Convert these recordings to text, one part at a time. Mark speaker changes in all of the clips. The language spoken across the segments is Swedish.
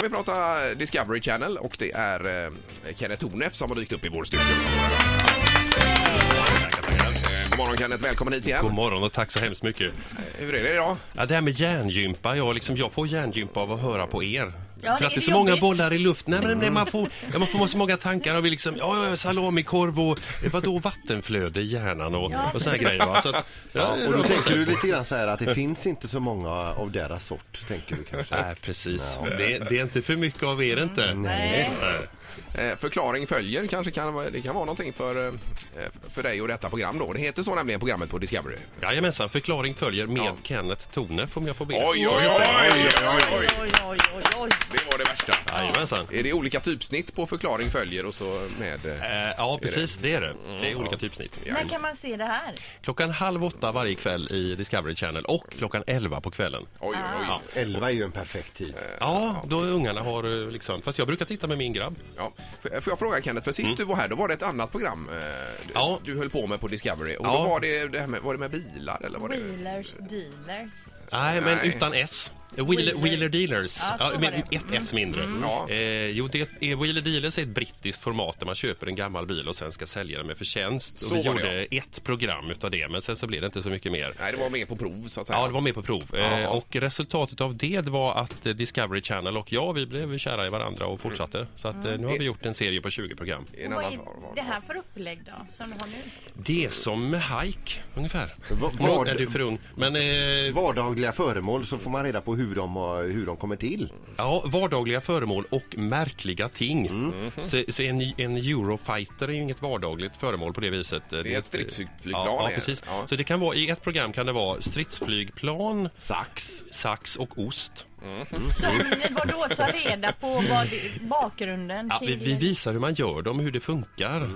Speaker 1: vi prata Discovery Channel och det är Kenneth Tornef som har dykt upp i vår studio. God morgon Kenneth, välkommen hit igen.
Speaker 2: God morgon och tack så hemskt mycket.
Speaker 1: Hur är det idag?
Speaker 2: Ja, det här med hjärngympa, jag får hjärngympa av att höra på er.
Speaker 3: Ja,
Speaker 2: för att det är så
Speaker 3: jobbigt.
Speaker 2: många bollar i luften. Nej, men man får så många tankar och vi liksom, salamikorv och vadå vattenflöde i hjärnan och såna grejer. Va? Så att,
Speaker 4: och då tänker du lite grann så här att det finns inte så många av deras sort, tänker du kanske?
Speaker 2: Nej, precis. Ja. Det är inte för mycket av er inte.
Speaker 4: Nej.
Speaker 1: Förklaring följer, kanske det kan vara någonting för dig och detta program då. Det heter så nämligen programmet på Discovery.
Speaker 2: Jajamensan, förklaring följer med Kenneth Tornef om jag får be.
Speaker 1: Oj. Det var det värsta.
Speaker 2: Jajamensan.
Speaker 1: Är det olika typsnitt på förklaring följer och så med...
Speaker 2: Ja, precis, det är det. Det är olika typsnitt.
Speaker 3: När kan man se det här?
Speaker 2: 7:30 varje kväll i Discovery Channel och 11 på kvällen.
Speaker 1: Oj.
Speaker 4: 11 är ju en perfekt tid.
Speaker 2: Ja, då ungarna har liksom... Fast jag brukar titta med min grabb.
Speaker 1: Ja. Får jag fråga Kenneth, för sist du var här då var det ett annat program du höll på med på Discovery. Och då var det här med bilar eller var det?
Speaker 3: Wheelers Dealers.
Speaker 2: Nej, men utan S. Wheeler Dealers.
Speaker 3: Ja,
Speaker 2: med ett S mindre. Wheeler Dealers är ett brittiskt format där man köper en gammal bil och sen ska sälja den med förtjänst. Och vi gjorde ett program utav det, men sen så blev det inte så mycket mer.
Speaker 1: Nej, det var med på prov så att säga.
Speaker 2: Ja, det var med på prov. Och resultatet av det var att Discovery Channel och vi blev kära i varandra och fortsatte. Så att nu har vi gjort en serie på 20 program.
Speaker 3: Vad är det här för upplägg då, som du har nu?
Speaker 2: Det är som med Hike, ungefär. Är du för ung? Men,
Speaker 4: vardagliga föremål, så får man reda på hur de kommer till.
Speaker 2: Ja, vardagliga föremål och märkliga ting. Så en Eurofighter är ju inget vardagligt föremål på det viset.
Speaker 1: Det är ett stridsflygplan.
Speaker 2: Ja, precis. Ja. Så det kan vara, i ett program kan det vara stridsflygplan, sax och ost.
Speaker 3: Som vadå, ta reda på bakgrunden till...
Speaker 2: Vi visar hur man gör dem, hur det funkar.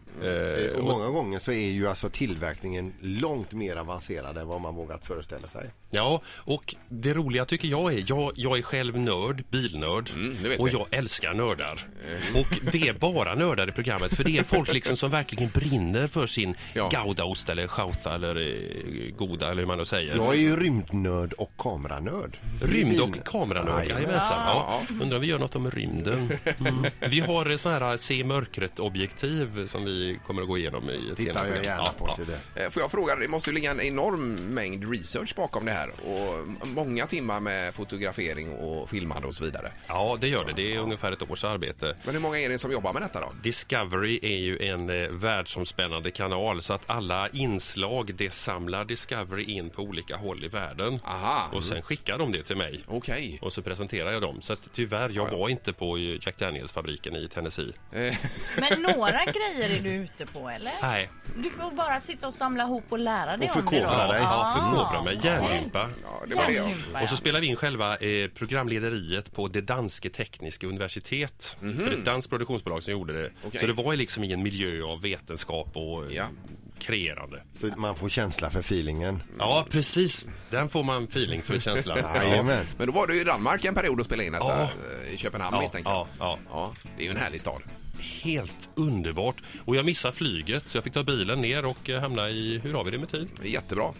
Speaker 4: Och många gånger så är ju alltså tillverkningen långt mer avancerad än vad man vågat föreställa sig.
Speaker 2: Ja, och det roliga tycker jag är själv bilnörd och jag älskar nördar. Och det är bara nördar i programmet, för det är folk liksom som verkligen brinner för sin goudaost eller chauta eller goda eller hur man då säger.
Speaker 4: Jag är ju rymdnörd och kameranörd.
Speaker 2: Rymd och kameranörd, jajamensan. Undrar om vi gör något om rymden. Vi har så här se mörkret objektiv som vi kommer att gå igenom i ett senare program.
Speaker 4: Gärna på det.
Speaker 1: Får jag fråga, det måste ju ligga en enorm mängd research bakom det här och många timmar med fotografering och filmande och så vidare.
Speaker 2: Ja, det gör det. Det är ungefär ett års arbete.
Speaker 1: Men hur många är det som jobbar med detta då?
Speaker 2: Discovery är ju en världsomspännande kanal, så att alla inslag det samlar Discovery in på olika håll i världen.
Speaker 1: Aha.
Speaker 2: Och sen skickar de det till mig.
Speaker 1: Okej.
Speaker 2: Och så presenterar jag dem. Så att tyvärr, jag var inte på Jack Daniels-fabriken i Tennessee.
Speaker 3: Men några grejer är du ute på, eller?
Speaker 2: Nej.
Speaker 3: Du får bara sitta och samla ihop och lära dig
Speaker 4: och
Speaker 3: om det då.
Speaker 2: Förkovra mig. Hjärngympa.
Speaker 1: Ja, det var det.
Speaker 2: Och så spelar vi in själva programlederiet på det danske tekniska universitet. För det är ett danskt produktionsbolag som gjorde det.
Speaker 1: Okay.
Speaker 2: Så det var ju liksom i en miljö av vetenskap och kreerande.
Speaker 4: Så man får känsla för feelingen.
Speaker 2: Ja, precis. Den får man feeling för känslan.
Speaker 1: Men då var du i Danmark en period och spelade in detta i Köpenhamn misstänker jag.
Speaker 2: Ja.
Speaker 1: Det är ju en härlig stad.
Speaker 2: Helt underbart. Och jag missade flyget så jag fick ta bilen ner och hamna i... Hur har vi det med tid?
Speaker 1: Jättebra.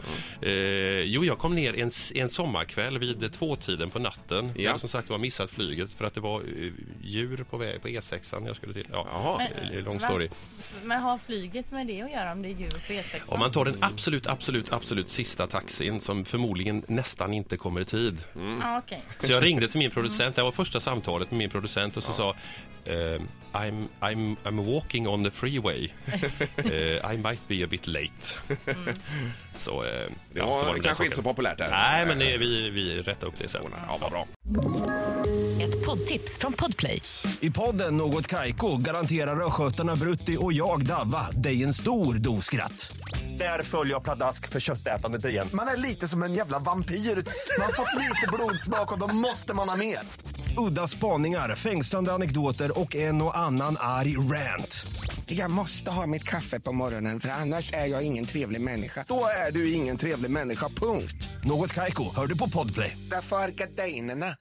Speaker 2: Jag kom ner en sommarkväll vid 2-tiden på natten. Jag hade som sagt missat flyget för att det var djur på väg på E6 jag skulle till. Lång story.
Speaker 3: Men har flyget med det att göra om det är djur på E6?
Speaker 2: Om man tar den absolut sista taxin som förmodligen nästan inte kommer i tid.
Speaker 3: Okay.
Speaker 2: Så jag ringde till min producent. Det var första samtalet med min producent och så sa I'm walking on the freeway. I might be a bit late. Så
Speaker 1: så kanske inte så populärt där.
Speaker 2: Nej, men vi rättar upp det sen.
Speaker 1: Ja, vad bra.
Speaker 5: Ett poddtips från Podplay.
Speaker 6: I podden Något Kaiko garanterar röskötarna Brutti och jag Davva dig en stor doskratt. Där följer jag pladask för köttätandet igen.
Speaker 7: Man är lite som en jävla vampyr. Man har fått lite blodsmak och då måste man ha mer.
Speaker 6: Udda spaningar, fängslande anekdoter och en och annan arg rant.
Speaker 7: Jag måste ha mitt kaffe på morgonen, för annars är jag ingen trevlig människa. Då är du ingen trevlig människa, punkt.
Speaker 6: Något Kaiko, hör du på Podplay.
Speaker 7: Därför är gardinerna.